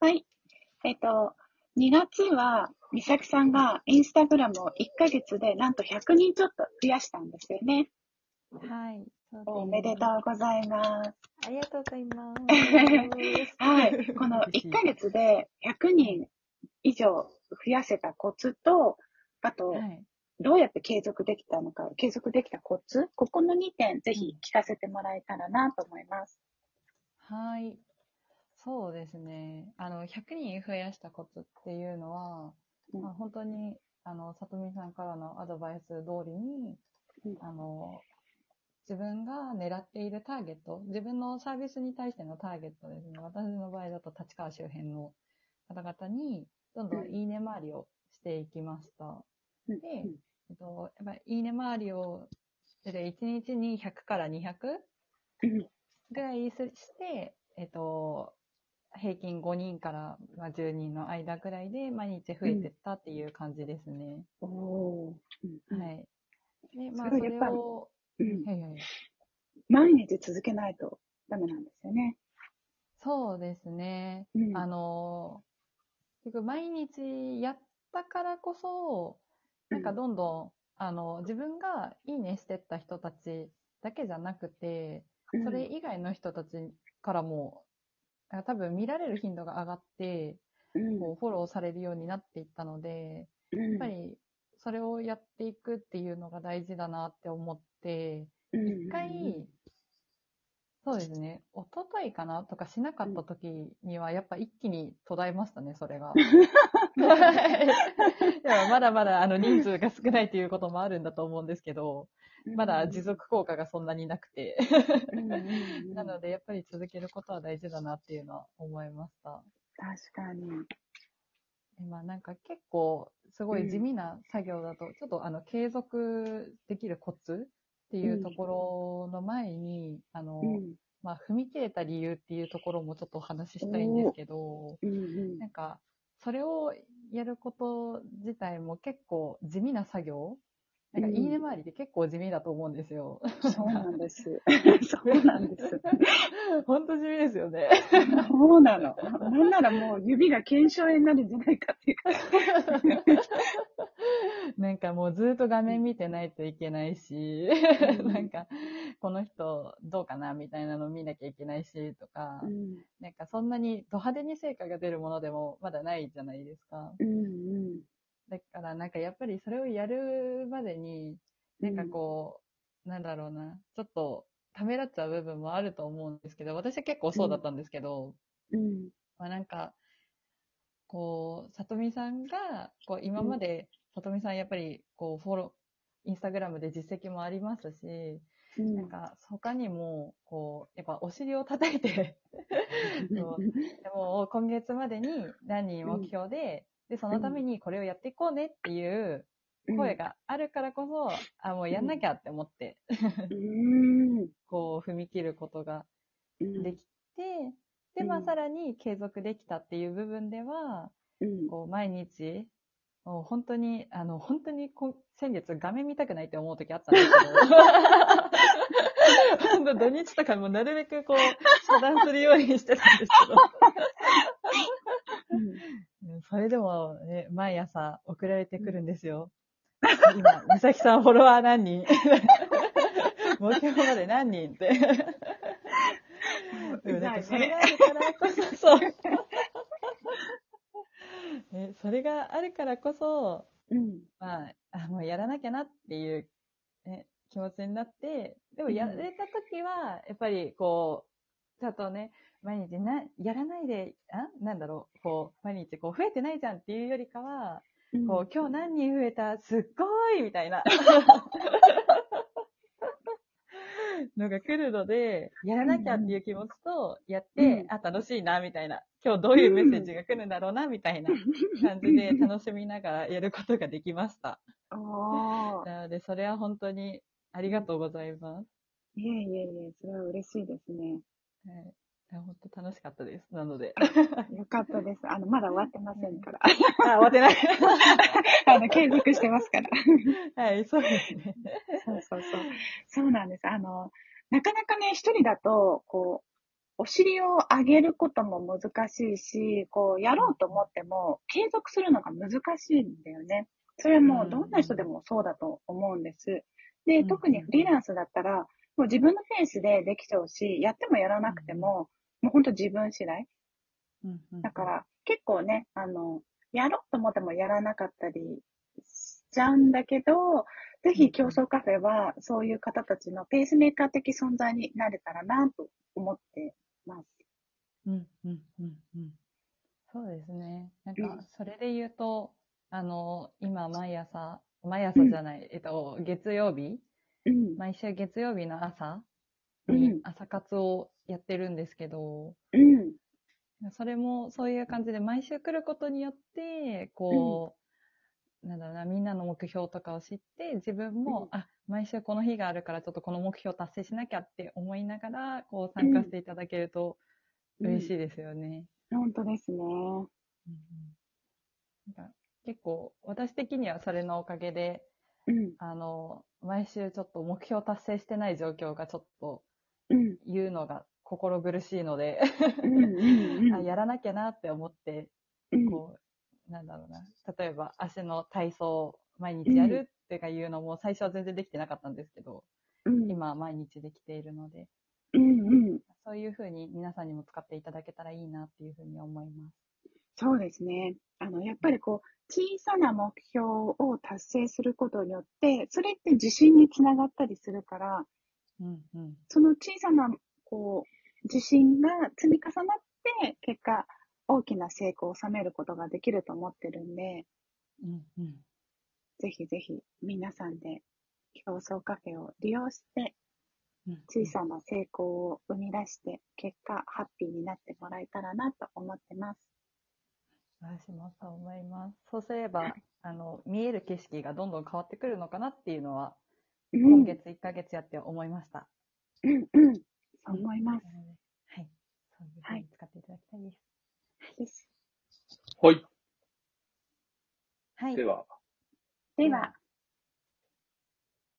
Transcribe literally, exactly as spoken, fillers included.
はい。えっと、にがつは、美咲さんがインスタグラムをいっかげつでなんとひゃくにんちょっと増やしたんですよね。 はい、そうおめでとです。 うございます。 ありがとうございます。 はい。この1 嬉しい。 ヶ月で100 はい。 人以上増やせたコツと、あと、 はい。 どうやって継続できたのか、継続できたコツ、ここのにてんぜうん。 ひ聞かせてもらえたらなと思います。 はい。そうですね。あの、ひゃくにん増やしたコツっていうのは、 うん、 まあ、本当に、あの、さとみさんからのアドバイス通りに、 うん、 あの、自分が狙っているターゲット、自分のサービスに対してのターゲットですね。私の場合だと立川周辺の方々に、どんうん、 どんいいね回りをしていきました。 うん、 で、えっと、やっぱりいいね回りを、で、いちにちにひゃくからにひゃくうん、 ぐらいして、えっと、平均ごにんからまあじゅうにんの間ぐらいで毎日増うん。 えてったっていう感じですね。 おー、うん、うん。 はい。で、 そまあそれをやっぱ、 れを、うん、 うん、 はいはい。 毎日続けないとダメなんですよね。 そうですね。 うん、 あの、結局毎日やったからこそ、なんかうん、 どんどん、あの、自分がいいねしてった人たちだけじゃなくて、 うん、 それ以外の人たちからも、多分見られる頻度が上がって、 うん、 こう、フォローされるようになっていったので、 うん、 やっぱり、それをやっていくっていうのが大事だなって思って、 うん、う一ん、 回、そうですね。一昨日かなとかしなかうん。 った時には、やっぱ一気に途絶えましたね、それが。はい。でもまだまだあの人数が少ないということもあるんだと思うんですけど、 うん、 まだ持続効果がそんなになくて。 うん、うん、うん。 なので、やっぱり続けることは大事だなっていうのは思いました。 確かに。 でまあなんか結構すごい地うん、 味な作業だと、ちょっとあの継続できるコツってうん、 いうところの前に、あの、 うん。 まあ踏み切れた理由っていうところもちょっとお話ししたいんですおー、 けど、 うん、うん。 なんかそれをやること自体も結構地味な作業、なんかいいうん。 ね周りって結構地味だと思うんですよ。なんそうかなんです。そうなんです。 本当地味ですよね。 そうなの。なんならもう指が腱鞘炎になるんじゃないかっていうか。 なんかもうずっと画面見てないといけないし、 うん、 なんかこの人どうかなみたいなのを見なきゃいけないしとか、 うん、 なんかそんなにド派手に成果が出るものでもまだないじゃないですか。 うん、 だからなんかやっぱりそれをやるまでに、なんかうん、 こう、なんだろうな、ちょっとためらっちゃう部分もあると思うんですけど、私は結構うん、 そうだったんですけど、 うん、 まあなんか、こう、さとみさんが、こう、今うん、 まで、さとみさんやっぱり、こう、フォロー、インスタグラムで実績もありますし、 うん。 なんか、他にも、こう、やっぱお尻を叩いてそうでも、今月までに何人目標で、で、そのためにこれをやっていこうねっていう声があるからこそ、あ、もうやんなきゃって思って、 うん、 こう、踏み切ることがうん、 できて、で、まあ、 うん、 さらに継続できたっていう部分では、 うん。 こう、毎日、もう本当に、あの、本当にこ先月画面見たくないって思う時あったんですけど、本当土日とかもなるべくこう、遮断するようにしてたんですけど、 うん。 それでもね、毎朝送られてくるんですよ。今、美咲さんフォロワー何人目標まで何人って。 もうでもなんうざいね。 かそれがあるからこそ、そう。ね、それがあるからこそ、 うん、 まあ、あ、もうやらなきゃなっていう、ね、気持ちになって、でもうん、 やれた時は、やっぱりこう、ちょっとね、毎日な、やらないで、あなんだろう、こう、毎日こう増えてないじゃんっていうよりかは、 うん。 こう、今日何人増えたすっごいみたいなのが来るので、やらうん、 なきゃっていう気持ちと、やっうん、 て、あ、楽しいな、みたいな。今日どうういうメッセーん。 ジが来るんだろうな、みたいな感じで楽しみながらやることができました。 おー。 なので、それは本当にありうん。 がとうございます。 いえいえいえ、それは嬉しいですね。 はい。いや本当楽しかったです。なので。 あ、よかったです。あの、まだ終わってませんから。 あ、終わってない。 あの、継続してますから。 はい、そうですね。 そうそうそう。そうなんです。あの、なかなかね、一人だと、こう、 お尻を上げることも難しいし、こう、やろうと思っても、継続するのが難しいんだよね。それはもう、どんな人でもそうだと思うんです。で、特にフリーランスだったら、もう自分のペースでできちゃうし、やってもやらなくても、もう本当自分次第。だから、結構ね、あの、やろうと思ってもやらなかったりしちゃうんだけど、ぜひ競争カフェはそういう方たちのペースメーカー的存在になれたらなと思ってます。 うんうんうんうん。そうですね。なんか、 うん。 それで言うと、あの、今、毎朝、毎うん。 朝じゃない、えっと、月曜日、 うん。 毎週月曜日の朝にうん。 朝活をやってるんですけど、 うん。 それもそういう感じで毎週来ることによって、 うん。 こう、なんだろうな、みんなの目標とかを知って、自分うん。 も、あ、毎週この日があるから、ちょっとこの目標達成しなきゃって思いながら、こう、参加しうん。 ていただけるとうん。 嬉しいですよね。 本当ですね。 うんうん、なんか結構、私的にはそれのおかげで、 うん。 あの、毎週ちょっと目標達成してない状況がちょっとうん。 言うのが心苦しいのでうん。うあ、 ん。 やらなきゃなって思って、 うん。 こう、なんだろうな。例えば足の体操を毎うん。 日やるってかいうのも最初は全然できてなかったんですけど、 うん。 今は毎日できているので、 うん。うん。 そういうふうに皆さんにも使っていただけたらいいなっていうふうに思います。 そうですね。あの、やっぱりこう、小さな目標を達成することによって、それって自信につながったりするから、 うんうん。 その小さな、こう、自信が積み重なって、結果、大きな成功を収めることができると思ってるんで、 うんうん。 ぜひぜひ皆さんで競争カフェを利用して、 うんうん。 小さな成功を生み出して、結果、ハッピーになってもらえたらなと思ってます。 私もそう思います。そうすれば、あの、見える景色がどんどん変わってくるのかなっていうのは、 うん、 今月いっかげつやって思いました。 うん、うん。そううん。 思います。 なので、はい。そういうふうはい。 に使っていただきたいです。 です。 はい。 はい。 では。 では、 では